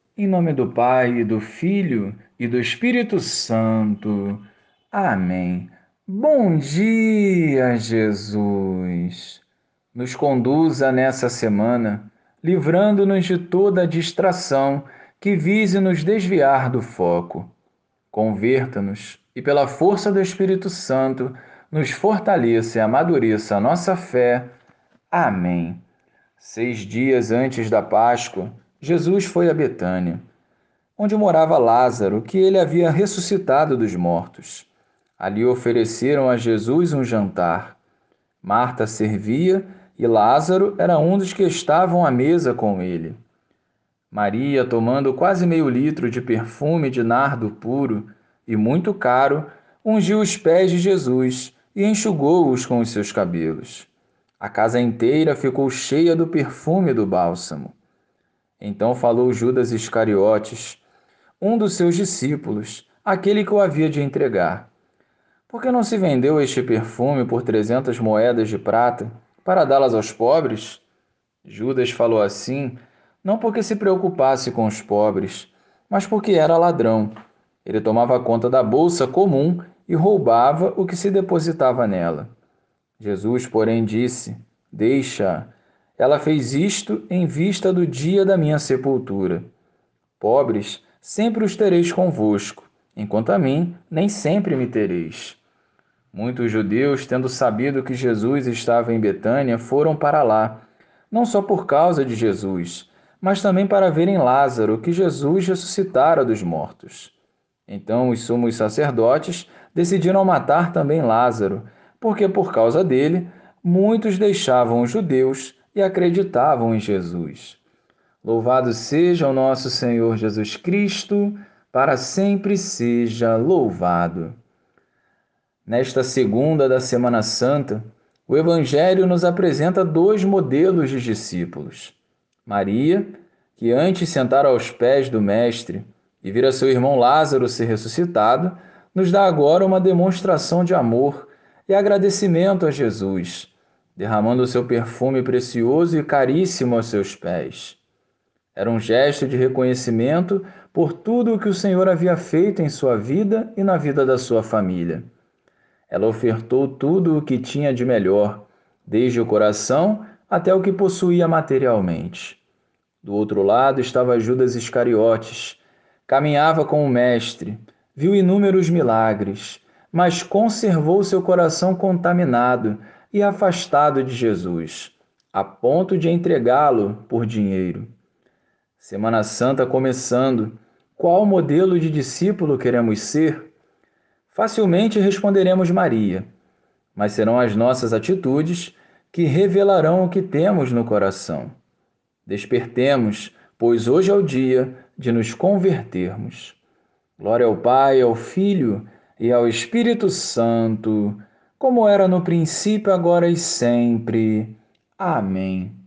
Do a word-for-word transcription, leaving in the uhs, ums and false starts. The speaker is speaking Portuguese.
Em nome do Pai, e do Filho e do Espírito Santo. Amém. Bom dia, Jesus. Nos conduza nessa semana, livrando-nos de toda distração que vise nos desviar do foco. Converta-nos e, pela força do Espírito Santo, nos fortaleça e amadureça a nossa fé. Amém. Seis dias antes da Páscoa, Jesus foi a Betânia, onde morava Lázaro, que ele havia ressuscitado dos mortos. Ali ofereceram a Jesus um jantar. Marta servia e Lázaro era um dos que estavam à mesa com ele. Maria, tomando quase meio litro de perfume de nardo puro e muito caro, ungiu os pés de Jesus e enxugou-os com os seus cabelos. A casa inteira ficou cheia do perfume do bálsamo. Então falou Judas Iscariotes, um dos seus discípulos, aquele que o havia de entregar. Por que não se vendeu este perfume por trezentas moedas de prata para dá-las aos pobres? Judas falou assim, não porque se preocupasse com os pobres, mas porque era ladrão. Ele tomava conta da bolsa comum e roubava o que se depositava nela. Jesus, porém, disse: Deixa-a. Ela fez isto em vista do dia da minha sepultura. Pobres, sempre os tereis convosco, enquanto a mim, nem sempre me tereis. Muitos judeus, tendo sabido que Jesus estava em Betânia, foram para lá, não só por causa de Jesus, mas também para verem Lázaro, que Jesus ressuscitara dos mortos. Então os sumos sacerdotes decidiram matar também Lázaro, porque por causa dele, muitos deixavam os judeus e acreditavam em Jesus. Louvado seja o nosso Senhor Jesus Cristo, para sempre seja louvado. Nesta segunda da Semana Santa, o Evangelho nos apresenta dois modelos de discípulos. Maria, que antes sentara aos pés do Mestre e vira seu irmão Lázaro ser ressuscitado, nos dá agora uma demonstração de amor e agradecimento a Jesus, derramando o seu perfume precioso e caríssimo aos seus pés. Era um gesto de reconhecimento por tudo o que o Senhor havia feito em sua vida e na vida da sua família. Ela ofertou tudo o que tinha de melhor, desde o coração até o que possuía materialmente. Do outro lado estava Judas Iscariotes. Caminhava com o Mestre, viu inúmeros milagres, mas conservou seu coração contaminado e afastado de Jesus, a ponto de entregá-lo por dinheiro. Semana Santa começando. Qual modelo de discípulo queremos ser? Facilmente responderemos Maria, mas serão as nossas atitudes que revelarão o que temos no coração. Despertemos, pois hoje é o dia de nos convertermos. Glória ao Pai, ao Filho e ao Espírito Santo, como era no princípio, agora e sempre. Amém.